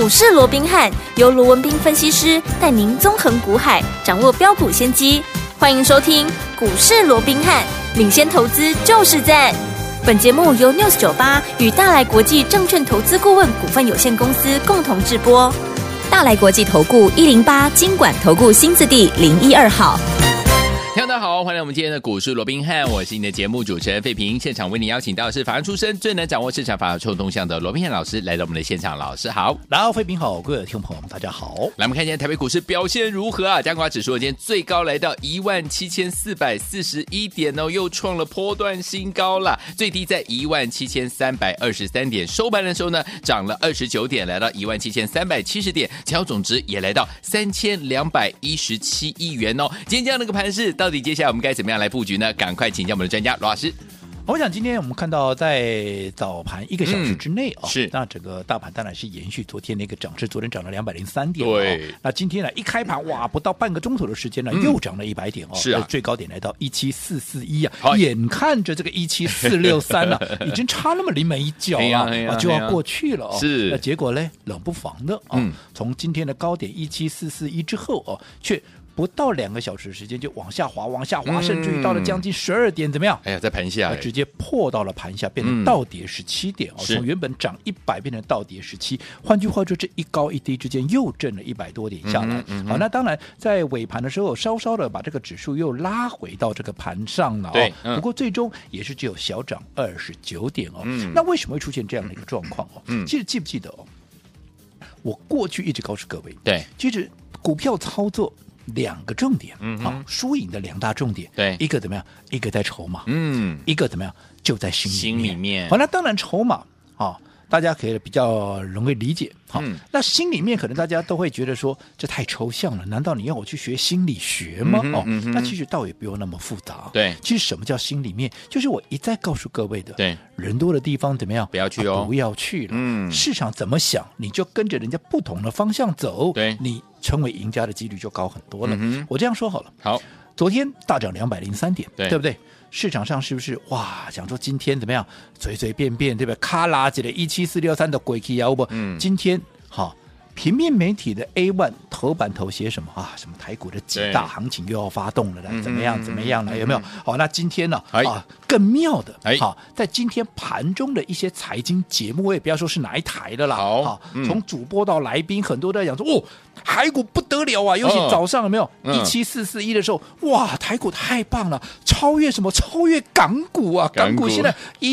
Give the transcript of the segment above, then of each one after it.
市罗宾汉由罗文彬分析师带您纵横股海，掌握标股先机。欢迎收听股市罗宾汉，领先投资就是赞。本节目由 News98 与大来国际证券投资顾问股份有限公司共同制播。大来国际投顾108金管投顾新字第012号。 听众大家好，欢迎来我们今天的股市罗宾汉，我是你的节目主持人费平。现场为你邀请到的是法案出身、最能掌握市场法律动向的罗宾汉老师，来到我们的现场。老师好。 然后费平好，各位听众朋友们大家好。 来，我们看一下台北股市表现如何啊？加权指数今天最高来到17441点哦，又创了波段新高了。最低在17323点，收盘的时候呢，涨了29点，来到17370点，成交总值也来到3217亿元哦。今天这样的一个盘势，到底接下来我们该怎么样来布局呢？赶快请教我们的专家罗老师。 我想今天我们看到在早盘1个小时之内是那整个大盘当然是延续昨天的一个涨势，昨天涨了203点对那今天呢一开盘哇，不到半个钟头的时间呢，又涨了100点是啊， 最高点来到17441眼看着这个17463已经差那么临门一脚就要过去了是， 那结果呢冷不防的从今天的高点17441之后却不到2个小时的时间就往下滑，甚至于到了将近12点，怎么样？ 哎呀，在盘下直接破到了盘下，变成倒跌17点从原本涨100变成倒跌17。换句话说，这一高一低之间又震了100多点下来。好，那当然在尾盘的时候，稍稍的把这个指数又拉回到这个盘上了对， 不过最终也是只有小涨29点那为什么会出现这样的一个状况其实记不记得我过去一直告诉各位， 对， 其实股票操作2个重点输赢的2大重点， 对， 一个怎么样？一个在筹码，一个怎么样？就在心里面。好，那当然筹码大家可以比较容易理解。好，那心里面可能大家都会觉得说这太抽象了，难道你要我去学心理学吗？那其实倒也不用那么复杂。 对， 其实什么叫心里面？就是我一再告诉各位的， 对， 人多的地方怎么样？ 不要去不要去了。市场怎么想，你就跟着人家不同的方向走， 对， 你成为赢家的几率就高很多了。我这样说好了。 好， 昨天大涨203点， 对不对？市场上是不是哇？想说今天怎么样？随随便便对不对？咔啦起来17463的鬼气啊！今天好。平面媒体的 A1 头版头写什么什么台股的几大行情又要发动了怎么样了？有没有？好，那今天呢更妙的在今天盘中的一些财经节目，我也不要说是哪一台的啦。好，从主播到来宾，很多都在讲说台股不得了啊！尤其早上有没有17441的时候，哇，台股太棒了，超越什么？超越港股啊！港股现在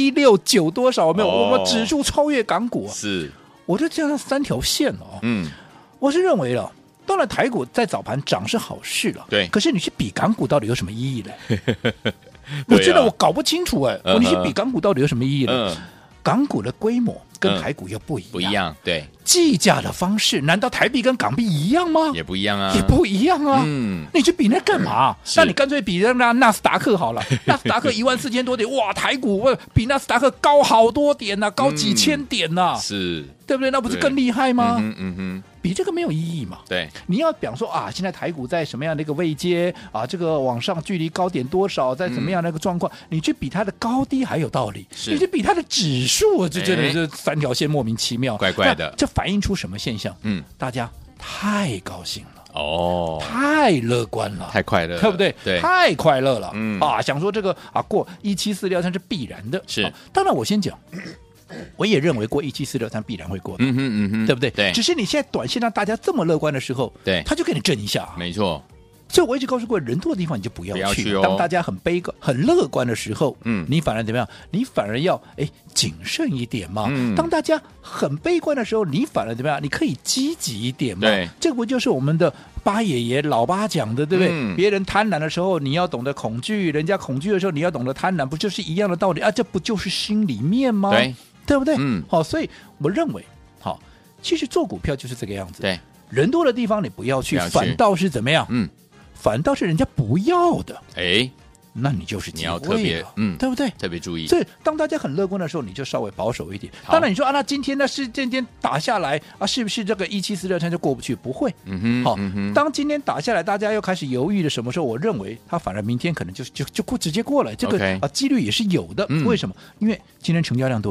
169多少？有没有？我们指数超越港股是。我就这样3条线我是认为了，当然台股在早盘涨是好事了， 对。 可是你去比港股到底有什么意义呢？我觉得我搞不清楚你去比港股到底有什么意义呢？港股的规模跟台股又不一样， 对。 计价的方式难道台币跟港币一样吗？ 也不一样啊， 也不一样啊。你去比那干嘛？那你干脆比那纳斯达克好了，纳斯达克14000多点，哇，台股比纳斯达克高好多点呐，高几千点呐， 是， 对不对？那不是更厉害吗？比这个没有意义嘛。 对， 你要讲说现在台股在什么样的一个位阶这个往上距离高点多少，在怎么样的一个状况，你去比它的高低还有道理，你去比它的指数，这真的是3条线莫名其妙， 怪怪的。 这反映出什么现象？大家太高兴了太乐观了， 太快乐了， 对不对？ 对， 太快乐了想说这个过17463是必然的， 是。 当然我先讲。我也认为过17463必然会过的，对不对？ 对。 只是你现在短线让大家这么乐观的时候， 对， 他就给你震一下， 没错。 所以我一直告诉各位，人多的地方你就不要去。当大家很悲观、很乐观的时候，你反而怎么样？你反而要谨慎一点嘛。当大家很悲观的时候，你反而怎么样？你可以积极一点嘛。 对， 这不就是我们的八爷爷老八讲的，对不对？别人贪婪的时候，你要懂得恐惧；人家恐惧的时候，你要懂得贪婪，不就是一样的道理啊？这不就是心里面吗？对不对？好，所以我认为，其实做股票就是这个样子。 对， 人多的地方你不要去，反倒是怎么样？反倒是人家不要的，那你就是机会了，你要特别对不对？ 特别注意。 所以当大家很乐观的时候，你就稍微保守一点。当然你说那今天那是今天打下来是不是这个17463就过不去？不会。当今天打下来，大家又开始犹豫的什么时候？我认为它反而明天可能就直接过了，这个几率也是有的。为什么？因为今天成交量多少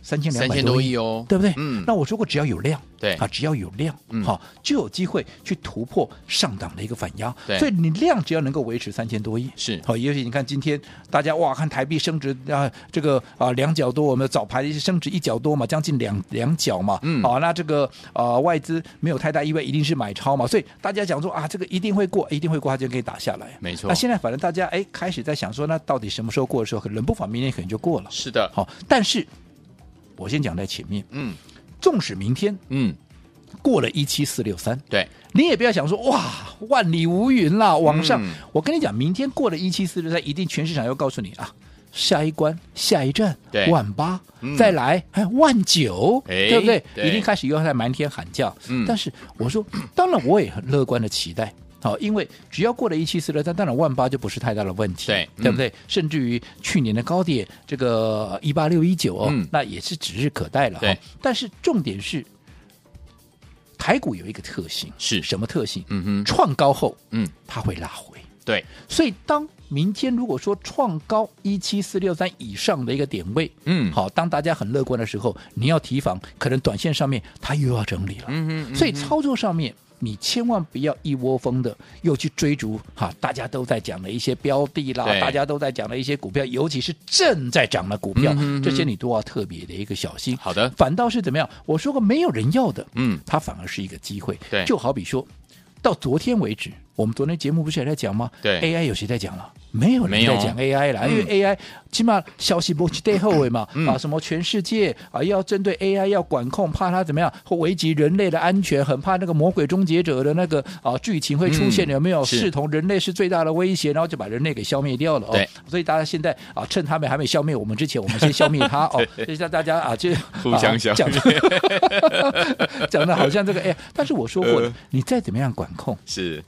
3200 多亿哦， 对不对？ 嗯， 那我说过，只要有量， 对啊，只要有量，好，就有机会去突破上档的一个反压。 对， 所以你量只要能够维持3000多亿， 是好。也许你看今天大家哇，看台币升值啊，这个啊2角多，我们早盘升值1角多嘛，将近两角嘛，好，那这个外资没有太大意外，一定是买超嘛，所以大家讲说啊，这个一定会过，它就可以打下来， 没错。 那现在反正大家开始在想说，那到底什么时候过的时候，冷不防明天可能就过了， 是的， 好，但是我先讲在前面，纵使明天，过了17463， 对， 你也不要想说哇，万里无云啦，往上。我跟你讲，明天过了17463，一定全市场要告诉你啊，下一关、下一站18000，再来19000，对不对？一定开始又在满天喊叫。但是我说，当然我也很乐观的期待。好，因为只要过了17463，当然18000就不是太大的问题，对不对？甚至于去年的高点这个18619那也是指日可待了。 对， 但是重点是台股有一个特性， 是什么特性？创高后，它会拉回。 对， 所以当明天如果说创高17463以上的一个点位，好，当大家很乐观的时候，你要提防，可能短线上面它又要整理了。所以操作上面，你千万不要一窝蜂的又去追逐大家都在讲的一些标的啦，大家都在讲的一些股票，尤其是正在涨的股票，这些你都要特别的一个小心。 好的， 反倒是怎么样？我说过没有人要的，它反而是一个机会。 对， 就好比说到昨天为止，我们昨天节目不是也在讲吗？ 对 ，AI 有谁在讲了？没有人在讲 AI 了，因为 AI 起码消息不对后尾嘛，什么全世界要针对 AI 要管控，怕它怎么样会危及人类的安全，很怕那个魔鬼终结者的那个剧情会出现，有没有？视同人类是最大的威胁，然后就把人类给消灭掉了哦。所以大家现在趁他们还没消灭我们之前，我们先消灭他哦。所以大家就互相消灭， 讲的好像这个AI，但是我说过了，你再怎么样管控是。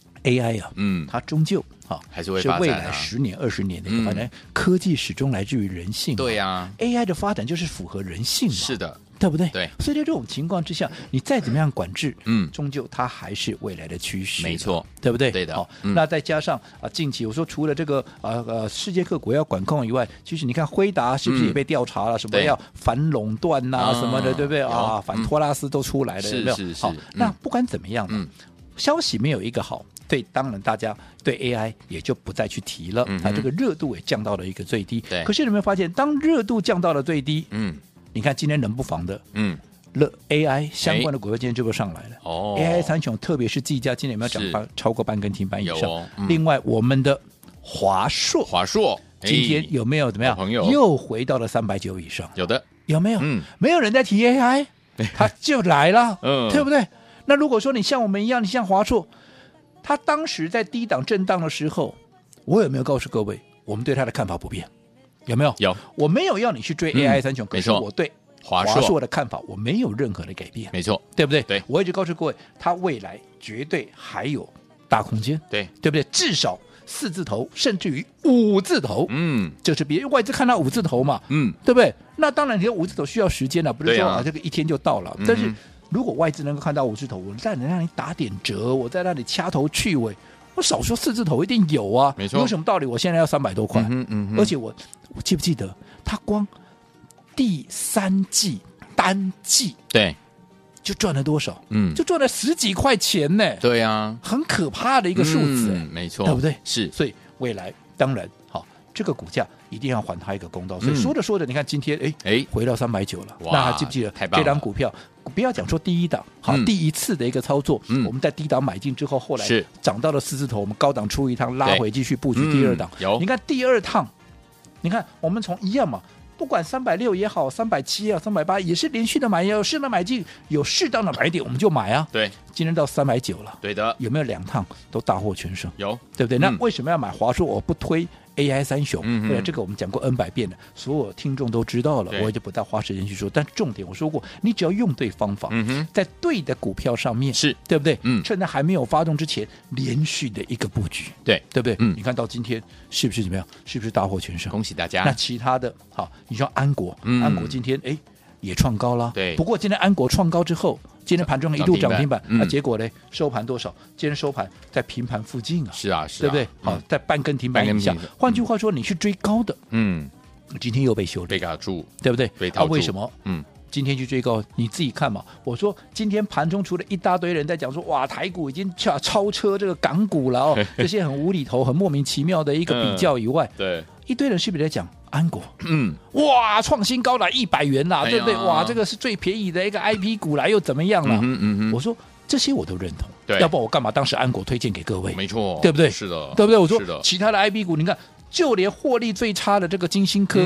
AI 它终究还是会发展是未来10年、20年的一个发展。科技始终来自于人性， 对呀。 AI 的发展就是符合人性嘛， 是的， 对不对？ 对。 所以在这种情况之下，你再怎么样管制，终究它还是未来的趋势， 没错， 对不对？ 对的。 那再加上近期我说除了这个世界各国要管控以外，其实你看辉达是不是也被调查了？什么要反垄断呐，什么的，对不对啊？反托拉斯都出来了，有没有？好，那不管怎么样，消息没有一个好。对，当然大家对 AI 也就不再去提了，它这个热度也降到了一个最低。可是你有没有发现，当热度降到了最低，你看今天冷不防的，AI 相关的股票今天就不上来了。AI 三雄，特别是技嘉，今天有没有涨超过半根停板以上？另外，我们的华硕今天有没有怎么样？又回到了390以上？ 有的， 有没有？没有人在提 AI， 它就来了，对不对？那如果说你像我们一样，你像华硕。他当时在低档震荡的时候，我有没有告诉各位，我们对他的看法不变？有没有？ 有。 我没有要你去追 AI 三雄，可是我对华硕的看法我没有任何的改变， 没错， 对不对？ 对， 我一直告诉各位，它未来绝对还有大空间， 对不对？至少4字头，甚至于5字头，就是别人外资看到5字头嘛，对不对？那当然，你5字头需要时间了，不是说这个一天就到了，但是。如果外资能够看到5字头，我再能让你打点折，我在那里掐头去尾，我少说4字头一定有啊， 没错。 有什么道理？我现在要300多块，而且我记不记得，他光第3季单季对就赚了多少？就赚了10几块钱呢。 对啊， 很可怕的一个数字， 没错， 对不对？ 是， 所以未来当然好，这个股价一定要还它一个公道。所以说着说着，你看今天回到390了，那还记不记得这张股票？不要讲说第一档，好，第一次的一个操作，我们在低档买进之后，后来涨到了4字头，我们高档出一趟，拉回继续布局第二档。你看第二趟，你看我们从一样嘛，不管360也好，370也好，380也是连续的买，有适当的买进，有适当的买点我们就买啊。 对， 今天到390了， 对的， 有没有2趟都大获全胜？ 有， 对不对？那为什么要买华硕？我不推。AI 三雄，对，这个我们讲过 N 百遍了，所有听众都知道了，我也就不再花时间去说。但重点我说过，你只要用对方法，在对的股票上面， 是对不对？趁它还没有发动之前，连续的一个布局， 对不对？你看到今天是不是怎么样？是不是大获全胜？ 恭喜大家。 那其他的，好，你像安国，安国今天也创高了， 对。 不过今天安国创高之后，今天盘中一度涨停板，那结果呢？收盘多少？今天收盘在平盘附近啊， 是啊， 对不对？好，在半根停板以下。换句话说，你去追高的， 今天又被修正， 被卡住， 对不对？ 被套住为什么？今天去追高，你自己看嘛。我说今天盘中除了一大堆人在讲说，哇，台股已经超车这个港股了哦，这些很无厘头、很莫名其妙的一个比较以外， 对， 一堆人是不是在讲安国？哇，创新高了100元啦，对不对？哇，这个是最便宜的一个 IP 股啦，又怎么样了？我说这些我都认同， 对， 要不然我干嘛当时安国推荐给各位？ 没错， 对不对？ 是的， 对不对？我说是的， 其他的 IP 股，你看。就连获利最差的这个金星科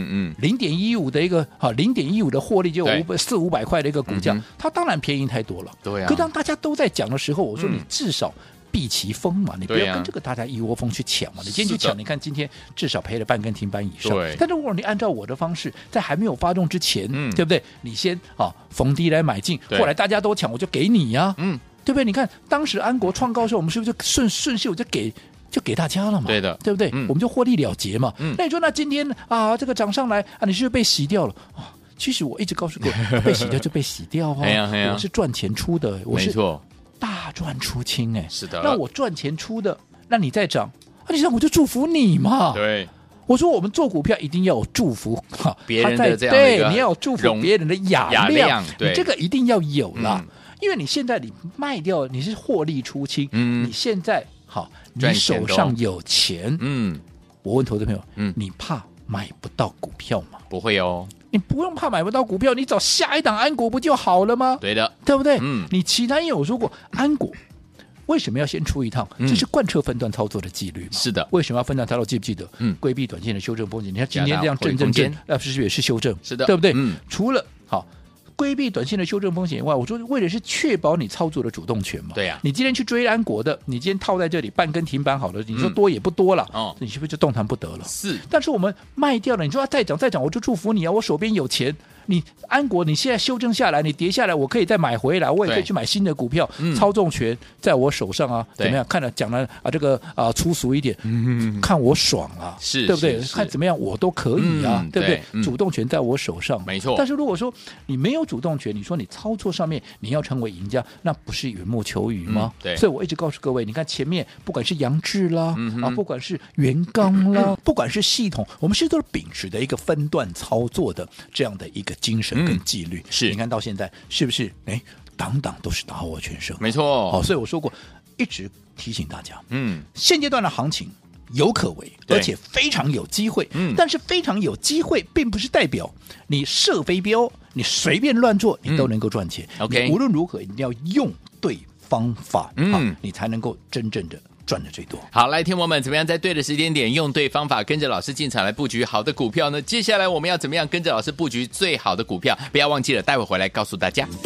，0.15的一个0.15的获利就有400-500块的一个股价，它当然便宜太多了。 对啊。 可当大家都在讲的时候，我说你至少避其锋嘛，你不要跟这个大家一窝蜂去抢嘛。你今天去抢，你看今天至少赔了半根停板以上。但如果你按照我的方式，在还没有发动之前，对不对？你先逢低来买进，后来大家都抢，我就给你呀，对不对？你看当时安国创高的时候，我们是不是就顺势我就给大家了嘛， 对的， 对不对？我们就获利了结嘛。那你说，那今天这个涨上来你是不是被洗掉了？其实我一直告诉各位，被洗掉就被洗掉我是赚钱出的，我是大赚出清是的。 那我赚钱出的，那你再涨，你让我就祝福你嘛。 对， 我说我们做股票一定要有祝福别人的这样的一个， 对，你要有祝福别人的雅量， 对， 你这个一定要有啦。因为你现在你卖掉，你是获利出清，你现在。好，你手上有钱，我问投资朋友，你怕买不到股票吗？ 不会哦， 你不用怕买不到股票，你找下一档安国不就好了吗？ 对的， 对不对？你其他也有说过，安国为什么要先出一趟？这是贯彻分段操作的纪律嘛？ 是的， 为什么要分段操作？记不记得？规避短线的修正风险。你看今天这样正，是不是也是修正？ 是的， 对不对？除了好。规避短线的修正风险以外，我说为的是确保你操作的主动权嘛。 对呀， 你今天去追安国的，你今天套在这里半根停板好了，你说多也不多了，你是不是就动弹不得了？ 是。但是我们卖掉了，你说再涨，我就祝福你啊！我手边有钱，你安国你现在修正下来，你跌下来，我可以再买回来，我也可以去买新的股票，操纵权在我手上啊，怎么样？看了讲了这个粗俗一点，看我爽啊， 是， 对不对？看怎么样我都可以啊，对不对？主动权在我手上， 没错。 但是如果说你没有主动权，你说你操作上面你要成为赢家，那不是缘木求鱼吗？ 对。 所以我一直告诉各位，你看前面不管是杨志啦，不管是元刚啦，不管是系统，我们是都是秉持的一个分段操作的这样的一个精神跟纪律。 是， 你看到现在是不是？档档都是大获全胜， 没错。 好，所以我说过，一直提醒大家，现阶段的行情有可为，而且非常有机会。但是非常有机会，并不是代表你射飞镖，你随便乱做，你都能够赚钱。 OK， 无论如何，一定要用对方法，你才能够真正的赚的最多。 好，来，听我们怎么样在对的时间点用对方法，跟着老师进场来布局好的股票呢？接下来我们要怎么样跟着老师布局最好的股票？不要忘记了，待会回来告诉大家。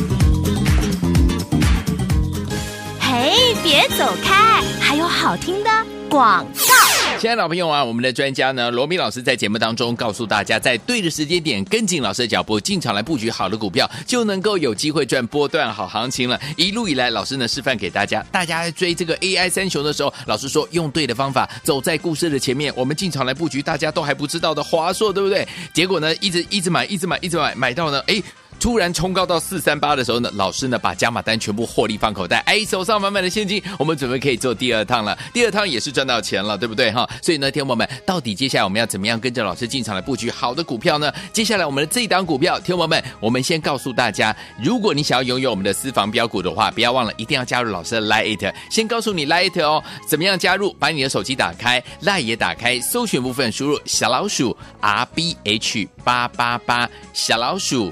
嘿，别走开，还有好听的广告。 亲爱的老朋友啊，我们的专家呢，罗密老师在节目当中告诉大家，在对的时间点跟紧老师的脚步，进场来布局好的股票，就能够有机会赚波段好行情了。一路以来，老师呢示范给大家，大家在追这个 AI 三雄的时候，老师说用对的方法，走在故事的前面，我们进场来布局大家都还不知道的华硕，对不对？结果呢，一直买，买到呢，突然冲高到438的时候呢，老师呢把加码单全部获利放口袋，手上满满的现金，我们准备可以做第二趟了，第二趟也是赚到钱了，对不对哈？所以呢，听众朋友们，到底接下来我们要怎么样跟着老师进场来布局好的股票呢？接下来我们的这一档股票，听众朋友们，我们先告诉大家，如果你想要拥有我们的私房标股的话，不要忘了一定要加入老师的 Lite， 先告诉你 Lite 哦，怎么样加入？把你的手机打开 ，Lite 也打开，搜寻部分输入小老鼠 RBH888， 小老鼠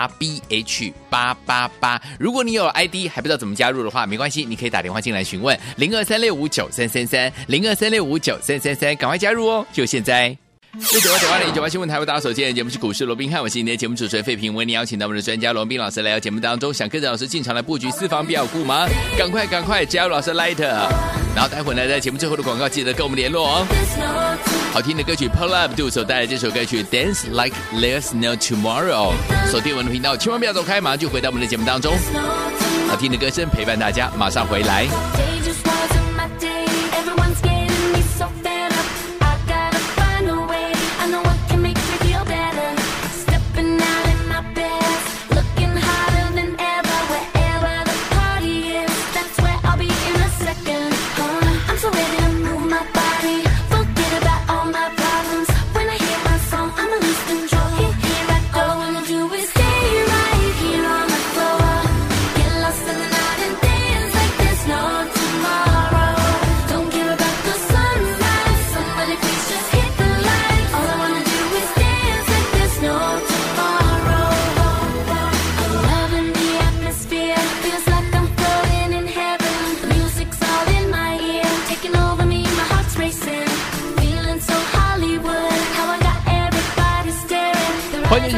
RBH888， 如果你有 ID 还不知道怎么加入的话，没关系，你可以打电话进来询问0236593333 0236593333，赶快加入哦，就现在。698-981新闻台为大家所见的节目是股市罗宾汉，我是今天的节目主持人费平，为您邀请到我们的专家罗宾老师来到节目当中，想跟着老师进场来布局私房标股吗？赶快加入老师 Light， 然后待会呢在节目最后的广告记得跟我们联络哦。好听的歌曲 Pull Up Do 所带来这首歌曲 Dance Like There's No Tomorrow， 锁定我们的频道，千万不要走开，马上就回到我们的节目当中。好听的歌声陪伴大家，马上回来。 Forget about all my problems when I hear my song.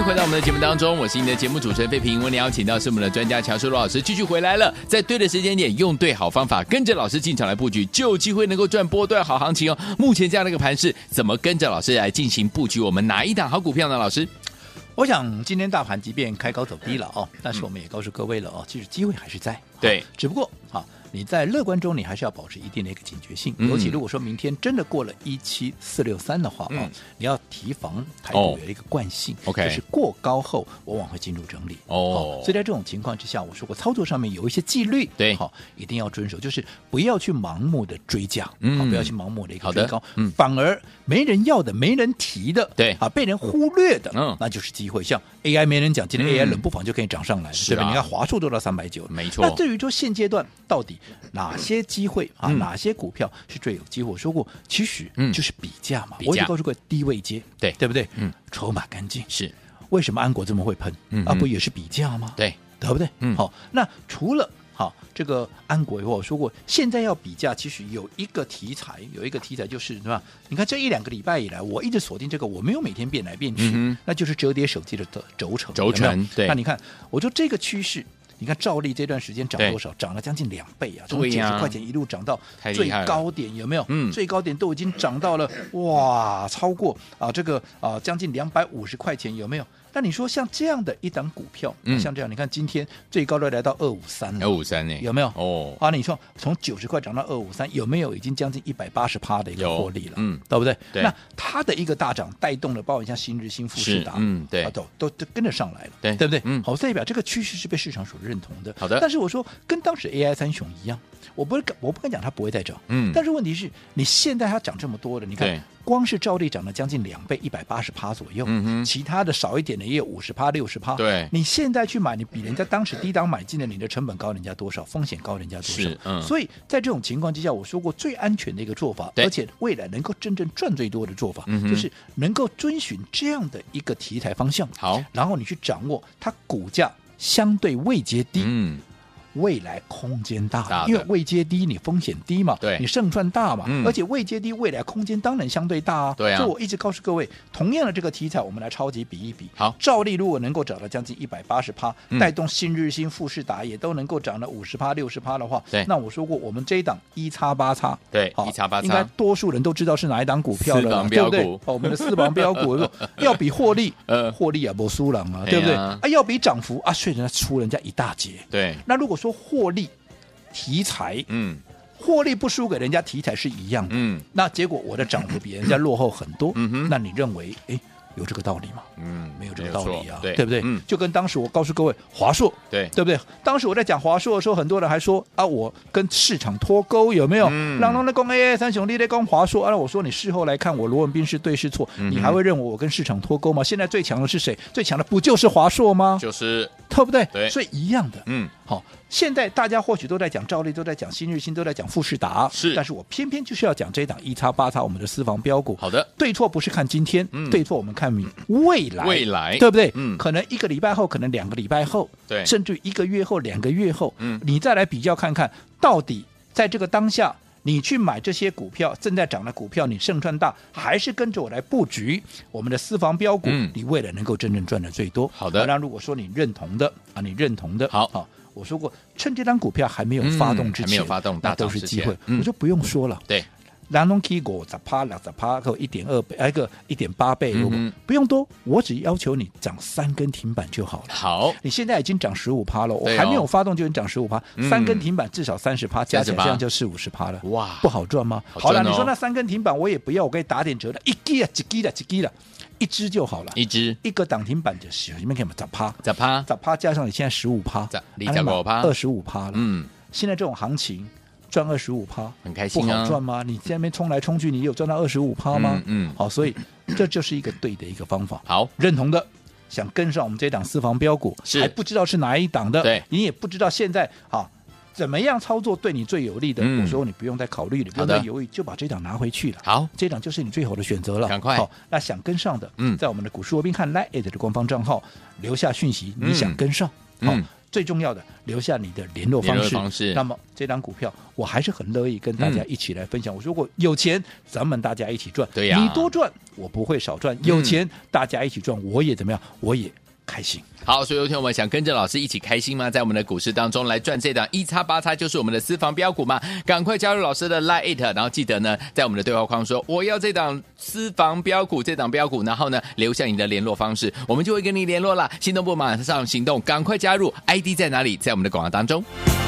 回到我们的节目当中，我是你的节目主持人费平。为你邀请到是我们的专家乔世罗老师，继续回来了，在对的时间点，用对好方法，跟着老师进场来布局，就有机会能够赚波段好行情哦。目前这样的一个盘势，怎么跟着老师来进行布局？我们哪一档好股票呢？老师， 我想今天大盘即便开高走低了哦，但是我们也告诉各位了哦，其实机会还是在。 对， 只不过你在乐观中，你还是要保持一定的一个警觉性。尤其如果说明天真的过了17463的话你要提防台股有一个惯性，就是过高后往往会进入整理。所以在这种情况之下，我说过操作上面有一些纪律， 对， 一定要遵守，就是不要去盲目的追价，不要去盲目的一个追高，反而没人要的、没人提的， 对被人忽略的，那就是机会。像 AI 没人讲，今天 AI 冷不防就可以涨上来了，对吧？你看华硕都到390， 没错。 那至于说现阶段到底哪些机会哪些股票是最有机会？我说过，其实就是比价嘛。我就告诉过低位接，对不对？筹码干净是。 为什么安国这么会喷？不也是比价吗？ 对不对？好，那除了这个安国以后，我说过，现在要比价，其实有一个题材就是什么？你看这1-2个礼拜以来，我一直锁定这个，我没有每天变来变去，那就是折叠手机的轴承。 对。 那你看，我说这个趋势。你看兆利这段时间涨多少？涨了将近2倍啊！从90块钱一路涨到最高点，有没有？最高点都已经涨到了超过将近250块钱，有没有？那你说像这样的一档股票，像这样，你看今天最高都来到253了 ，253呢， 有没有？你说从90块涨到253，有没有已经将近180%的一个获利了？对不对？那它的一个大涨带动了，包括像新日新、富士达， 对， 都跟着上来了，对不对？好，代表这个趋势是被市场所认同的。 好的， 但是我说跟当时 AI 三雄一样，我不敢讲它不会再涨，但是问题是你现在它涨这么多了，你看光是兆利涨了将近2倍，180%左右，其他的少一点的也有50%、60%。 对， 你现在去买，你比人家当时低档买进的，你的成本高人家多少，风险高人家多少？所以在这种情况之下，我说过最安全的一个做法，而且未来能够真正赚最多的做法，就是能够遵循这样的一个题材方向。 好， 然后你去掌握它股价相对位阶低。未来空间大，因为位阶低，你风险低嘛， 对， 你胜算大嘛，而且位阶低，未来空间当然相对大啊。 对啊， 所以我一直告诉各位，同样的这个题材，我们来超级比一比。 好， 兆利如果能够涨到将近180%，带动新日新、富士达也都能够涨到50%、60%的话，那我说过，我们这一档1x8x， 对，1x8x， 应该多数人都知道是哪一档股票了，对不对？我们的4榜标股要比获利，获利也不输人啊，对不对？要比涨幅啊，所以人家出人家一大截。 对， 那如果说获利题材，获利不输给人家题材是一样的，那结果我的涨幅比人家落后很多，那你认为有这个道理吗？没有这个道理啊，对不对？就跟当时我告诉各位华硕，对不对？当时我在讲华硕的时候，很多人还说我跟市场脱钩，有没有？让人在讲 AI 三雄，你在讲华硕，我说你事后来看，我罗文彬是对是错，你还会认为我跟市场脱钩吗？现在最强的是谁？最强的不就是华硕吗？ 就是， 对不对？ 对， 所以一样的，好。现在大家或许都在讲兆利，都在讲新日新，都在讲富士达，但是我偏偏就是要讲这一档1x8x我们的私房标股。 好的， 对错不是看今天，对错我们看未来，对不对？可能1个礼拜后，可能2个礼拜后， 对， 甚至1个月后、2个月后，你再来比较看看，到底在这个当下，你去买这些股票正在涨的股票，你胜算大，还是跟着我来布局我们的私房标股？你未来能够真正赚的最多。 好的， 那如果说你认同的， 好。 我说过，趁这张股票还没有发动之前， 还没有发动， 那都是机会。我就不用说了。 对， 人都起50%、60%，和1.2倍，个1.8倍，不用多，我只要求你涨3根停板就好了。 好， 你现在已经涨15%了，我还没有发动就能涨15%，3根停板至少30%，加起来这样就40%了。哇，不好赚吗？好了，你说那3根停板我也不要，我可以打点折的，一支了。一支就好了，一个涨停板就是你们看嘛，10%加上你现在15%，25%了。现在这种行情赚25%， 很开心啊， 不好赚吗？你在那边冲来冲去，你有赚到25%吗？好，所以这就是一个对的一个方法。 好， 认同的，想跟上我们这档私房标股，还不知道是哪一档的， 对， 你也不知道现在怎么样操作对你最有利的？我说你不用再考虑了，不用再犹豫，就把这档拿回去了。 好， 这档就是你最好的选择了。 赶快。 好，那想跟上的，在我们的股市罗宾汉 LINE@ 的官方账号留下讯息，你想跟上， 最重要的留下你的联络方式。那么这张股票我还是很乐意跟大家一起来分享。我说过，有钱咱们大家一起赚， 对呀， 你多赚我不会少赚，有钱大家一起赚，我也怎么样，我也开心。 好，所以有天我们想跟着老师一起开心吗？在我们的股市当中来赚这档一叉八叉，就是我们的私房标股嘛。赶快加入老师的 Line， 然后记得呢，在我们的对话框说我要这档私房标股，这档标股，然后呢留下你的联络方式，我们就会跟你联络啦。心动不马上行动，赶快加入 ，ID 在哪里？在我们的广告当中。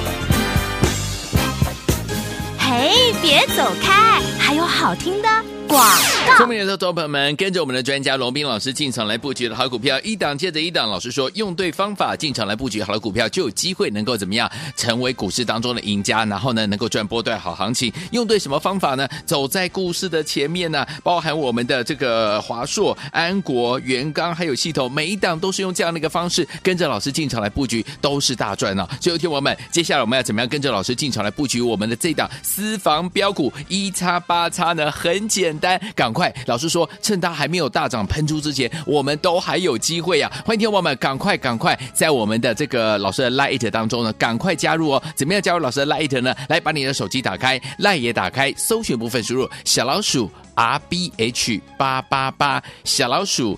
嘿，别走开，还有好听的广告。 聪明的投资朋友们，跟着我们的专家龙斌老师进场来布局的好股票，一档接着一档。老师说，用对方法进场来布局好的股票，就有机会能够怎么样，成为股市当中的赢家，然后呢，能够赚波段好行情。用对什么方法呢？走在故事的前面呢，包含我们的这个华硕、安国、元刚，还有系统，每一档都是用这样的一个方式，跟着老师进场来布局，都是大赚哦。所以，听我们，接下来我们要怎么样跟着老师进场来布局我们的这档私房标股一叉八叉呢？很简单，赶快，老师说，趁它还没有大涨喷出之前，我们都还有机会啊！欢迎听众朋友们赶快在我们的这个老师的 Lite 当中呢，赶快加入哦！怎么样加入老师的 Lite 呢？来，把你的手机打开 ，Lite 也打开，搜寻部分输入小老鼠RBH888，小老鼠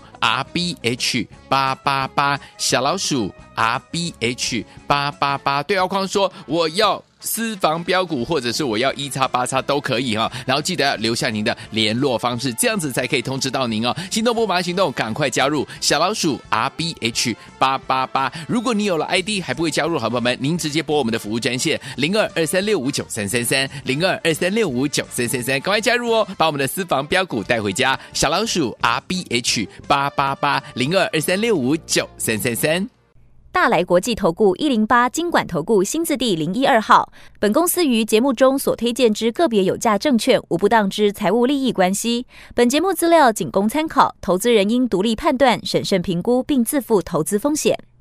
RBH888，小老鼠RBH888，对话框说我要私房标股，或者是我要一叉八叉都可以哈，然后记得要留下您的联络方式，这样子才可以通知到您哦。心动不马上行动，赶快加入小老鼠RBH888。如果你有了 ID 还不会加入，好朋友们，您直接拨我们的服务专线0223659333，0223659333，赶快加入哦，把我们的私房标股带回家。小老鼠RBH888，0223659333。 大来国际投顾108金管投顾新字第012号。本公司于节目中所推荐之个别有价证券，无不当之财务利益关系。本节目资料仅供参考，投资人应独立判断、审慎评估，并自负投资风险。